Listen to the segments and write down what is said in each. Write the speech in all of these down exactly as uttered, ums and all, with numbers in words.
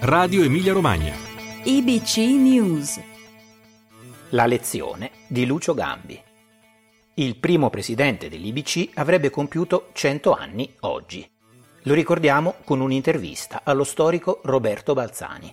Radio Emilia Romagna. I B C News. La lezione di Lucio Gambi. Il primo presidente dell'I B C avrebbe compiuto cento anni oggi. Lo ricordiamo con un'intervista allo storico Roberto Balzani.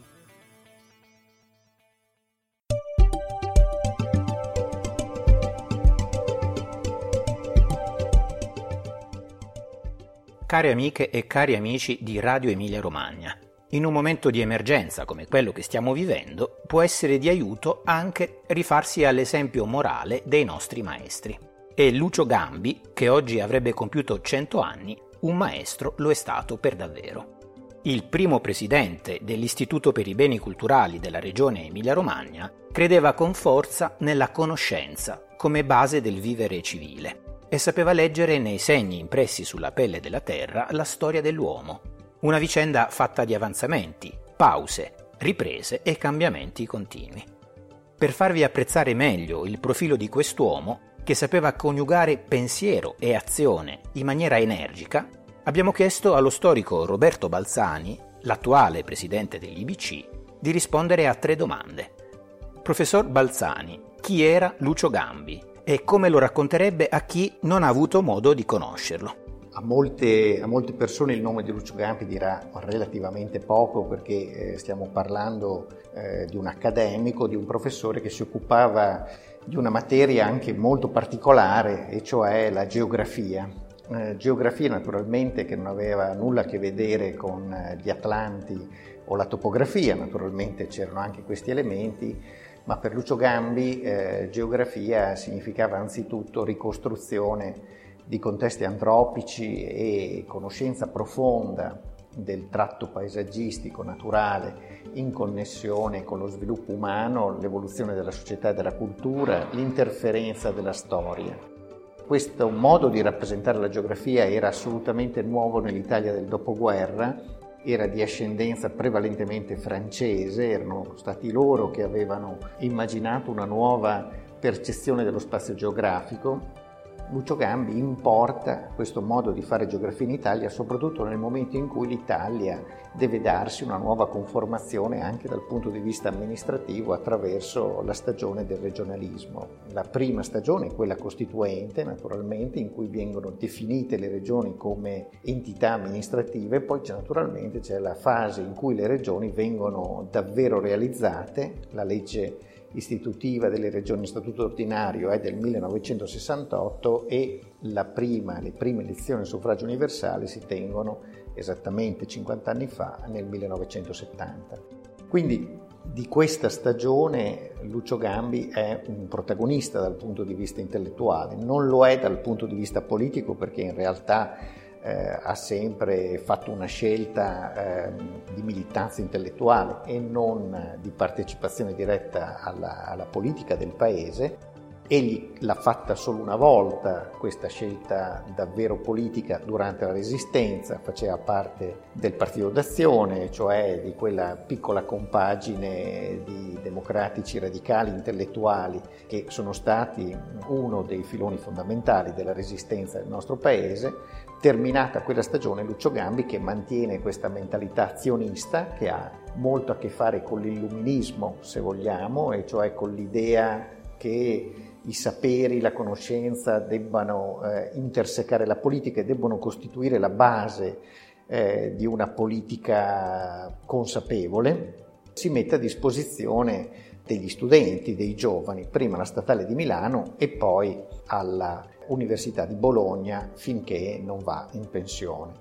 Care amiche e cari amici di Radio Emilia Romagna, in un momento di emergenza come quello che stiamo vivendo, può essere di aiuto anche rifarsi all'esempio morale dei nostri maestri. E Lucio Gambi, che oggi avrebbe compiuto cento anni, un maestro lo è stato per davvero. Il primo presidente dell'Istituto per i Beni Culturali della Regione Emilia-Romagna credeva con forza nella conoscenza come base del vivere civile e sapeva leggere nei segni impressi sulla pelle della terra la storia dell'uomo. Una vicenda fatta di avanzamenti, pause, riprese e cambiamenti continui. Per farvi apprezzare meglio il profilo di quest'uomo, che sapeva coniugare pensiero e azione in maniera energica, abbiamo chiesto allo storico Roberto Balzani, l'attuale presidente dell'I B C, di rispondere a tre domande. Professor Balzani, chi era Lucio Gambi e come lo racconterebbe a chi non ha avuto modo di conoscerlo? A molte, a molte persone il nome di Lucio Gambi dirà relativamente poco, perché eh, stiamo parlando eh, di un accademico, di un professore che si occupava di una materia anche molto particolare, e cioè la geografia. Eh, geografia naturalmente che non aveva nulla a che vedere con eh, gli Atlanti o la topografia, naturalmente c'erano anche questi elementi, ma per Lucio Gambi eh, geografia significava anzitutto ricostruzione di contesti antropici e conoscenza profonda del tratto paesaggistico, naturale, in connessione con lo sviluppo umano, l'evoluzione della società e della cultura, l'interferenza della storia. Questo modo di rappresentare la geografia era assolutamente nuovo nell'Italia del dopoguerra, era di ascendenza prevalentemente francese, erano stati loro che avevano immaginato una nuova percezione dello spazio geografico. Lucio Gambi importa questo modo di fare geografia in Italia soprattutto nel momento in cui l'Italia deve darsi una nuova conformazione anche dal punto di vista amministrativo attraverso la stagione del regionalismo. La prima stagione è quella costituente, naturalmente, in cui vengono definite le regioni come entità amministrative, poi c'è, naturalmente c'è la fase in cui le regioni vengono davvero realizzate. La legge istitutiva delle regioni in statuto ordinario è del millenovecentosessantotto e la prima, le prime elezioni a suffragio universale si tengono esattamente cinquanta anni fa, nel millenovecentosettanta. Quindi di questa stagione Lucio Gambi è un protagonista dal punto di vista intellettuale, non lo è dal punto di vista politico, perché in realtà Eh, ha sempre fatto una scelta eh, di militanza intellettuale e non di partecipazione diretta alla, alla politica del paese. Egli l'ha fatta solo una volta, questa scelta davvero politica, durante la Resistenza, faceva parte del Partito d'Azione, cioè di quella piccola compagine di democratici radicali intellettuali che sono stati uno dei filoni fondamentali della Resistenza del nostro paese. Terminata quella stagione, Lucio Gambi, che mantiene questa mentalità azionista che ha molto a che fare con l'illuminismo, se vogliamo, e cioè con l'idea che i saperi, la conoscenza debbano eh, intersecare la politica e debbono costituire la base eh, di una politica consapevole, si mette a disposizione degli studenti, dei giovani, prima alla Statale di Milano e poi alla Università di Bologna finché non va in pensione.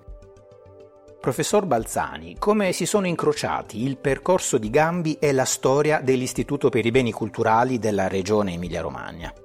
Professor Balzani, come si sono incrociati il percorso di Gambi e la storia dell'Istituto per i Beni Culturali della Regione Emilia-Romagna?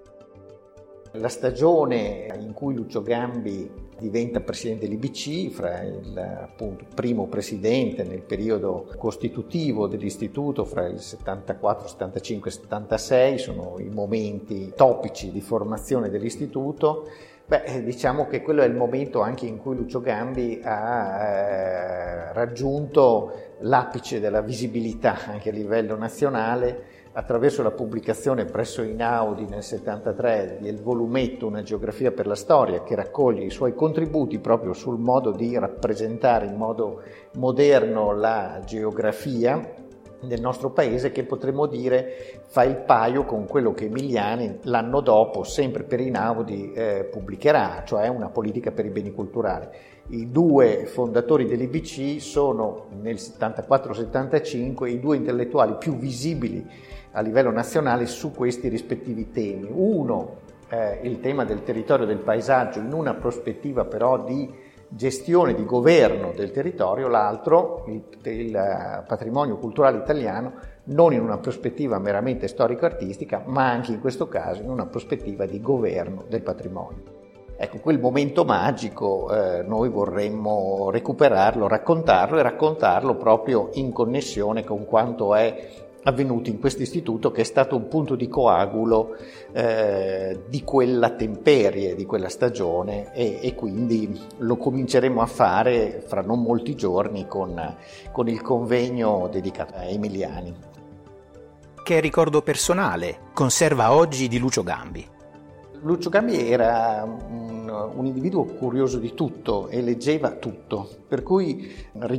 La stagione in cui Lucio Gambi diventa presidente dell'I B C, fra il appunto, primo presidente nel periodo costitutivo dell'istituto, fra il settantaquattro, settantacinque e settantasei, sono i momenti topici di formazione dell'istituto. Beh, diciamo che quello è il momento anche in cui Lucio Gambi ha eh, raggiunto l'apice della visibilità anche a livello nazionale, attraverso la pubblicazione presso Einaudi nel settantatré del volumetto Una geografia per la storia, che raccoglie i suoi contributi proprio sul modo di rappresentare in modo moderno la geografia del nostro paese, che potremmo dire fa il paio con quello che Emiliani l'anno dopo, sempre per Einaudi, eh, pubblicherà, cioè Una politica per i beni culturali. I due fondatori dell'I B C sono nel settantaquattro settantacinque i due intellettuali più visibili a livello nazionale su questi rispettivi temi. Uno, eh, il tema del territorio e del paesaggio in una prospettiva però di gestione, di governo del territorio, l'altro, il, il patrimonio culturale italiano, non in una prospettiva meramente storico-artistica, ma anche in questo caso in una prospettiva di governo del patrimonio. Ecco, quel momento magico eh, noi vorremmo recuperarlo, raccontarlo e raccontarlo proprio in connessione con quanto è avvenuto in questo istituto, che è stato un punto di coagulo eh, di quella temperie, di quella stagione, e, e quindi lo cominceremo a fare fra non molti giorni con, con il convegno dedicato a Emiliani. Che ricordo personale conserva oggi di Lucio Gambi? Lucio Gambi era un, un individuo curioso di tutto e leggeva tutto, per cui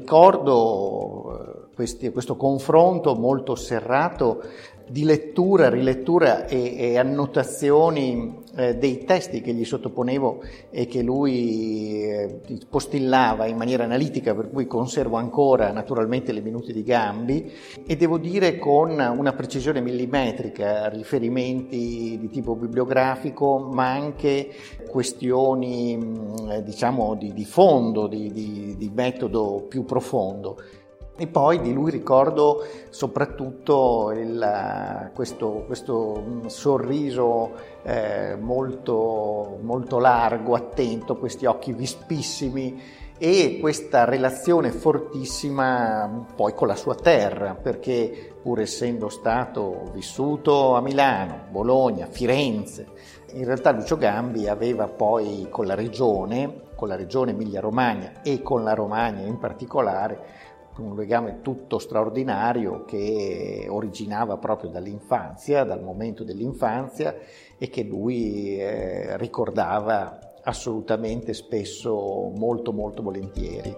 ricordo questi, questo confronto molto serrato di lettura, rilettura e, e annotazioni eh, dei testi che gli sottoponevo e che lui eh, postillava in maniera analitica, per cui conservo ancora naturalmente le minute di Gambi, e devo dire con una precisione millimetrica, riferimenti di tipo bibliografico, ma anche questioni eh, diciamo di, di fondo, di, di, di metodo più profondo. E poi di lui ricordo soprattutto il, questo, questo sorriso eh, molto, molto largo, attento, questi occhi vispissimi e questa relazione fortissima poi con la sua terra, perché pur essendo stato vissuto a Milano, Bologna, Firenze, in realtà Lucio Gambi aveva poi con la regione, con la regione Emilia-Romagna e con la Romagna in particolare, un legame tutto straordinario che originava proprio dall'infanzia, dal momento dell'infanzia, e che lui eh, ricordava assolutamente spesso molto molto volentieri.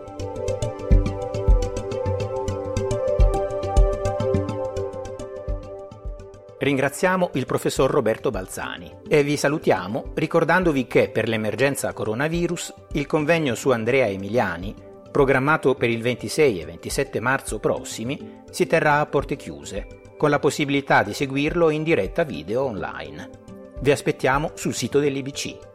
Ringraziamo il professor Roberto Balzani e vi salutiamo ricordandovi che per l'emergenza coronavirus il convegno su Andrea Emiliani, programmato per il ventisei e ventisette marzo prossimi, si terrà a porte chiuse, con la possibilità di seguirlo in diretta video online. Vi aspettiamo sul sito dell'I B C.